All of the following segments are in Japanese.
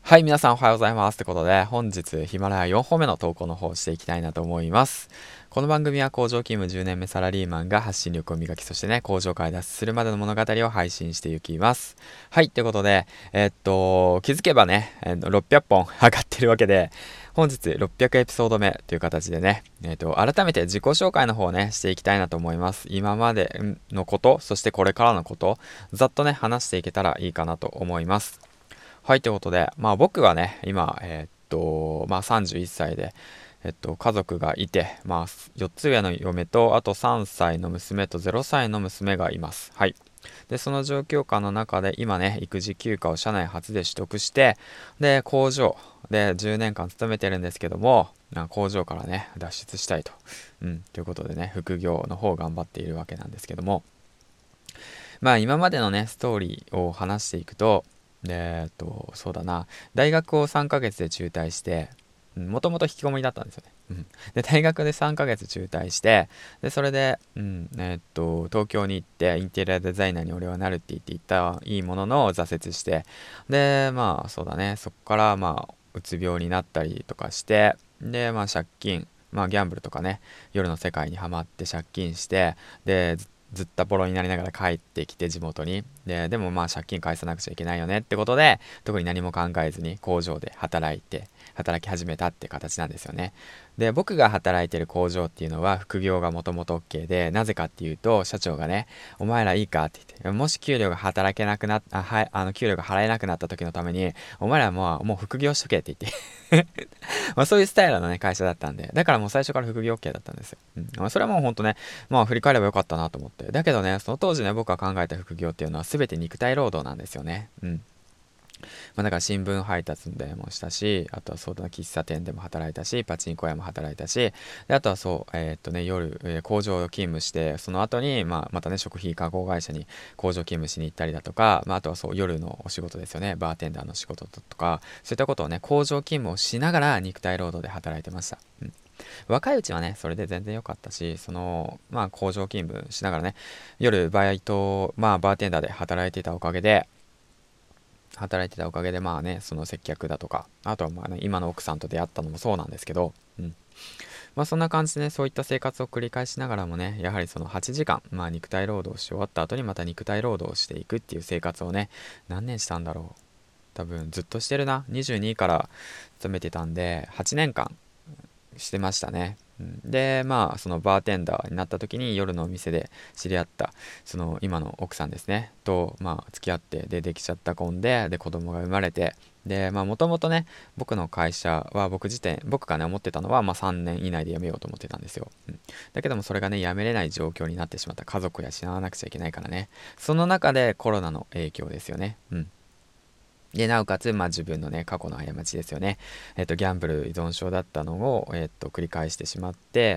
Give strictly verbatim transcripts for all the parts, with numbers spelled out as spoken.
はい、皆さんおはようございます。ということで、本日ヒマラヤよんほんめの投稿の方をしていきたいなと思います。この番組は工場勤務じゅうねんめサラリーマンが発信力を磨き、そしてね、工場から脱出するまでの物語を配信していきます。はい、ということで、えーっと、気づけばね、えーろっぴゃっぽん上がってるわけで、本日ろっぴゃくエピソード目という形でね、えーっと、改めて自己紹介の方をね、していきたいなと思います。今までのこと、そしてこれからのこと、ざっとね、話していけたらいいかなと思います。はい、ということで、まあ僕はね、今、えーっと、まあさんじゅういっさいで、えっと、家族がいて、まあよっつ上の嫁と、あとさんさいの娘とゼロさいの娘がいます。はい。で、その状況下の中で、今ね、育児休暇を社内初で取得して、で、工場でじゅうねんかん勤めてるんですけども、工場からね、脱出したいと。うん、ということでね、副業の方を頑張っているわけなんですけども、まあ今までのね、ストーリーを話していくと、で、えっと、そうだな、大学をさんかげつで中退して、もともと引きこもりだったんですよね。うん、で、大学でさんかげつ中退して、で、それで、うん、えっと、東京に行って、インテリアデザイナーに俺はなるって言っていったいいものの挫折して、で、まあ、そうだね、そこから、まあ、うつ病になったりとかして、で、まあ、借金、まあ、ギャンブルとかね、夜の世界にはまって借金して、で、ずったぼろになりながら帰ってきて地元にででもまあ借金返さなくちゃいけないよねってことで特に何も考えずに工場で働いて働き始めたって形なんですよね。で僕が働いてる工場っていうのは副業がもともと OK で、なぜかっていうと社長がね、お前らいいかって言って、もし給料が働けなくなっあはいあの給料が払えなくなった時のためにお前らもうもう副業しとけって言ってまあそういうスタイルのね会社だったんで、だからもう最初から副業 OK だったんですよ。うん、まあそれはもうほんとね、まあ振り返ればよかったなと思って。だけどね、その当時ね、僕が考えた副業っていうのは全て肉体労働なんですよね。うん。まあ、だから新聞配達でもしたし、あとはそうだな、喫茶店でも働いたし、パチンコ屋も働いたし、であとはそう、えーっとね、夜、えー工場勤務して、その後に、まあ、またね、食品加工会社に工場勤務しに行ったりだとか、まあ、あとはそう、夜のお仕事ですよね、バーテンダーの仕事とか、そういったことをね、工場勤務をしながら肉体労働で働いてました。うん、若いうちはね、それで全然良かったし、その、まあ、工場勤務しながらね、夜、バイト、まあ、バーテンダーで働いていたおかげで、働いてたおかげでまあね、その接客だとか、あとはまあね、今の奥さんと出会ったのもそうなんですけど、うん。まあそんな感じでね、そういった生活を繰り返しながらもね、やはりそのはちじかん、まあ肉体労働し終わった後にまた肉体労働をしていくっていう生活をね、何年したんだろう。多分ずっとしてるな。にじゅうにから勤めてたんで、はちねんかんしてましたね。うん、でまあそのバーテンダーになった時に夜のお店で知り合ったその今の奥さんですねとまあ付き合って、でできちゃった婚でで子供が生まれて、でまあもともとね僕の会社は僕自体僕がね思ってたのはまあさんねん以内で辞めようと思ってたんですよ。うん、だけどもそれがね辞めれない状況になってしまった。家族養わなくちゃいけないからね。その中でコロナの影響ですよね。うん、で、なおかつ、まあ自分のね、過去の過ちですよね。えっと、ギャンブル依存症だったのを、えっと、繰り返してしまって、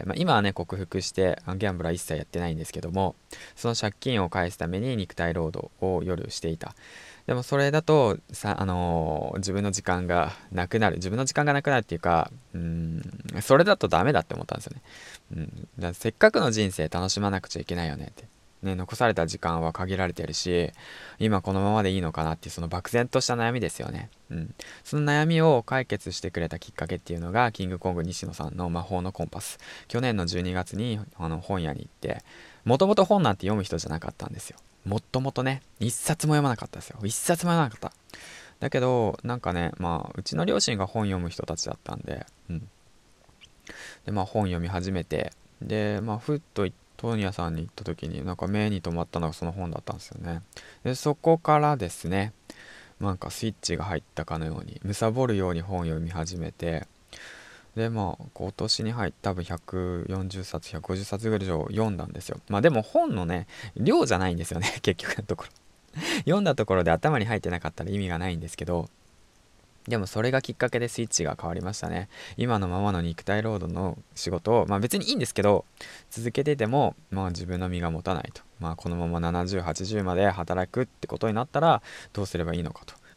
まあ今はね、克服して、あギャンブルは一切やってないんですけども、その借金を返すために肉体労働を夜していた。でもそれだと、さ、あのー自分の時間がなくなる。自分の時間がなくなるっていうか、うーん、それだとダメだって思ったんですよね。うん、だからせっかくの人生楽しまなくちゃいけないよねって。ね、残された時間は限られてるし、今このままでいいのかなっていうその漠然とした悩みですよね。うん。その悩みを解決してくれたきっかけっていうのが、キングコング西野さんの魔法のコンパス。去年のじゅうにがつにあの本屋に行って、もともと本なんて読む人じゃなかったんですよ。もっともとね、一冊も読まなかったですよ。一冊も読まなかった。だけど、なんかね、まあ、うちの両親が本読む人たちだったんで、うん。で、まあ本読み始めて、で、まあふっと本屋さんに行った時になんか目に留まったのがその本だったんですよね。で、そこからですね、なんかスイッチが入ったかのように、貪るように本を読み始めて、で、まあ今年に入って多分ひゃくよんじゅっさつ、ひゃくごじゅっさつぐらい読んだんですよ。まあでも本のね、量じゃないんですよね、結局のところ。読んだところで頭に入ってなかったら意味がないんですけど、でもそれがきっかけでスイッチが変わりましたね。今のままの肉体労働の仕事を、まあ別にいいんですけど、続けてても、まあ自分の身が持たないと。まあこのままななじゅう、はちじゅうまで働くってことになったら、どうすればいいのかと。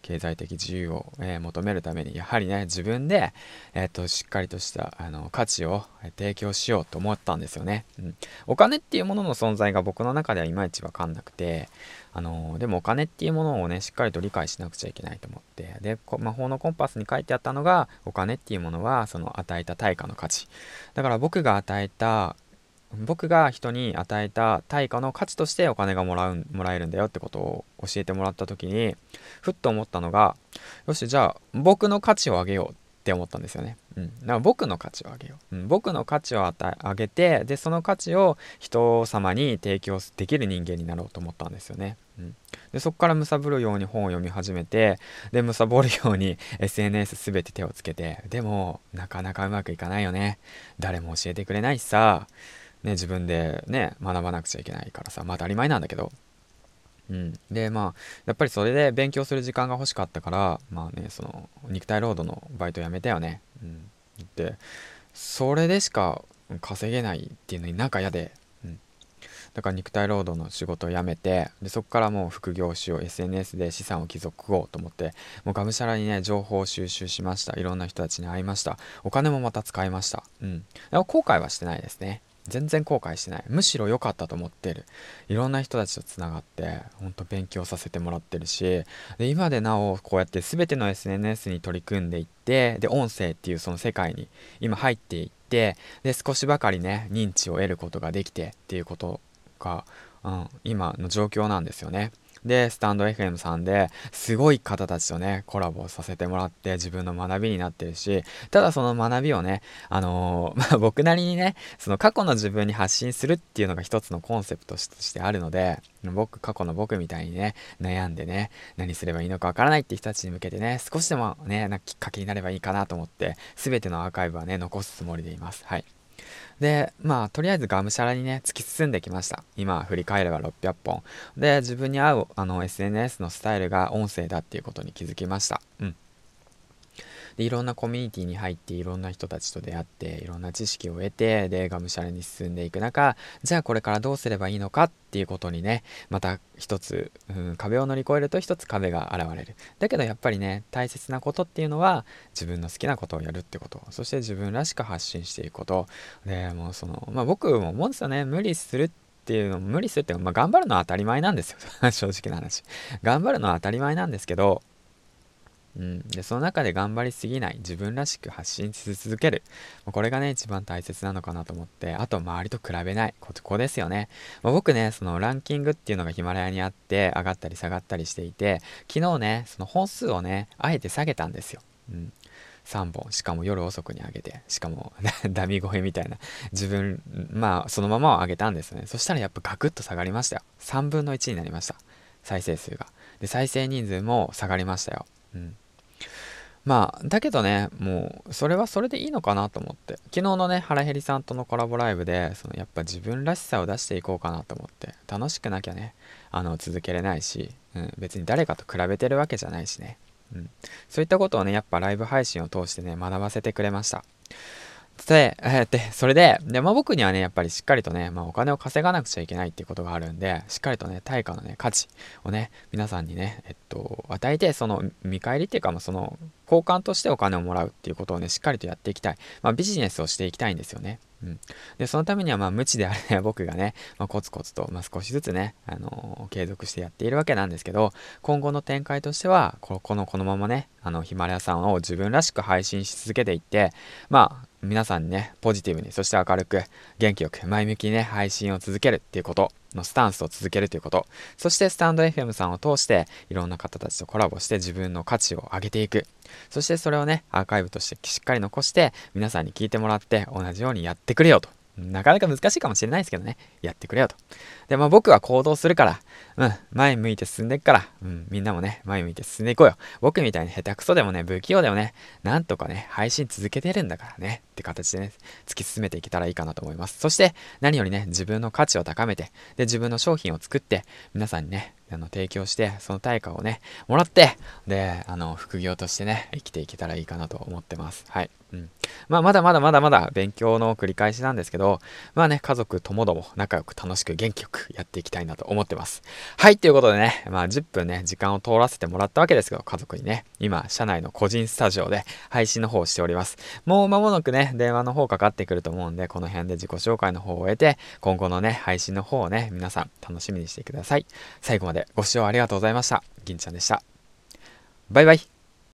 経済的自由を、えー求めるためにやはりね自分で、えー、としっかりとしたあの価値をえー提供しようと思ったんですよね、うん、お金っていうものの存在が僕の中ではいまいち分かんなくて、あのーでもお金っていうものをねしっかりと理解しなくちゃいけないと思って、でこ魔法のコンパスに書いてあったのが、お金っていうものはその与えた対価の価値だから、僕が与えた僕が人に与えた対価の価値としてお金がもらうもらえるんだよってことを教えてもらった時に、ふっと思ったのが、よしじゃあ僕の価値を上げようって思ったんですよね。うん、だから僕の価値を上げよう、うん、僕の価値を与え上げて、でその価値を人様に提供できる人間になろうと思ったんですよね。うん、でそこから貪るように本を読み始めて、で貪るように エスエヌエス 全て手をつけて、でもなかなかうまくいかないよね。誰も教えてくれないしさ、ね、自分でね学ばなくちゃいけないからさ、まあ当たり前なんだけど、うん、でまあやっぱりそれで勉強する時間が欲しかったから、まあねその肉体労働のバイトやめたよね、うん、でそれでしか稼げないっていうのになんか嫌で、うん、だから肉体労働の仕事を辞めて、でそこからもう副業しよう、 エスエヌエス で資産を築こうと思って、もうがむしゃらにね情報を収集しました。いろんな人たちに会いました。お金もまた使いました。うん、でも後悔はしてないですね。全然後悔してない。むしろ良かったと思ってる。いろんな人たちとつながって本当勉強させてもらってるし、で今でなおこうやって全ての エスエヌエス に取り組んでいって、で音声っていうその世界に今入っていって、で少しばかりね認知を得ることができてっていうことが、うん、今の状況なんですよね。でスタンド エフエム さんですごい方たちとねコラボさせてもらって自分の学びになってるし、ただその学びをね、あのーまあ、僕なりにねその過去の自分に発信するっていうのが一つのコンセプトとしてあるので、僕過去の僕みたいにね悩んでね何すればいいのかわからないっていう人たちに向けてね、少しでもねなんかきっかけになればいいかなと思って、全てのアーカイブはね残すつもりでいます。はい。でまあとりあえずがむしゃらにね突き進んできました。今振り返ればろっぴゃっぽんで、自分に合うあの エスエヌエス のスタイルが音声だっていうことに気づきました。うんでいろんなコミュニティに入って、いろんな人たちと出会って、いろんな知識を得て、でがむしゃらに進んでいく中、じゃあこれからどうすればいいのかっていうことにね、また一つ、うん、壁を乗り越えると一つ壁が現れる。だけどやっぱりね大切なことっていうのは自分の好きなことをやるってこと、そして自分らしく発信していくことで、もうそのまあ僕も思うんですよね。無理するっていうの無理するっていうか、まあ、頑張るのは当たり前なんですよ正直な話。頑張るのは当たり前なんですけど、うん、でその中で頑張りすぎない、自分らしく発信し続ける、これがね一番大切なのかなと思って、あと周りと比べない、ここですよね。まあ、僕ねそのランキングっていうのがヒマラヤにあって上がったり下がったりしていて、昨日ねその本数をねあえて下げたんですよ。うん、さんぼん、しかも夜遅くに上げて、しかもダミ声みたいな自分、まあそのままを上げたんですね。そしたらやっぱガクッと下がりましたよ。さんぶんのいちになりました、再生数が。で再生人数も下がりましたよ。うん、まあだけどねもうそれはそれでいいのかなと思って、昨日のね原ヘリさんとのコラボライブでそのやっぱ自分らしさを出していこうかなと思って、楽しくなきゃねあの続けれないし、うん、別に誰かと比べてるわけじゃないしね、うん、そういったことをねやっぱライブ配信を通してね学ばせてくれました。で、えーで、それで、で、まあ、僕にはね、やっぱりしっかりとね、まあ、お金を稼がなくちゃいけないっていうことがあるんで、しっかりとね、対価のね、価値をね、皆さんにね、えっと、与えて、その見返りっていうか、まあ、その交換としてお金をもらうっていうことをね、しっかりとやっていきたい。まあ、ビジネスをしていきたいんですよね。うん、でそのためにはまあ無知であるね僕がね、まあ、コツコツと、まあ、少しずつね、あのー継続してやっているわけなんですけど、今後の展開としてはここのこのままねあのヒマラヤさんを自分らしく配信し続けていって、まあ皆さんにねポジティブに、そして明るく元気よく前向きにね配信を続けるっていうことのスタンスを続けるということ、そしてスタンド エフエム さんを通していろんな方たちとコラボして自分の価値を上げていく、そしてそれをねアーカイブとしてしっかり残して皆さんに聞いてもらって同じようにやってくれよと。なかなか難しいかもしれないですけどね、やってくれよと。でまあ僕は行動するから、うん前向いて進んでいくから、うん、みんなもね前向いて進んでいこうよ。僕みたいに下手くそでもね不器用でもねなんとかね配信続けてるんだからねって形でね突き進めていけたらいいかなと思います。そして何よりね自分の価値を高めて、で自分の商品を作って皆さんにねあの提供して、その対価をねもらって、であの副業としてね生きていけたらいいかなと思ってます。はい。うん、まあまだまだまだまだ勉強の繰り返しなんですけど、まあね、家族ともども仲良く楽しく元気よくやっていきたいなと思ってます。はい、ということでね、まあじゅっぷんね時間を通らせてもらったわけですけど、家族にね今社内の個人スタジオで配信の方をしております。もう間もなくね電話の方かかってくると思うんで、この辺で自己紹介の方を終えて、今後のね配信の方をね皆さん楽しみにしてください。最後までご視聴ありがとうございました。銀ちゃんでした。バイバイ。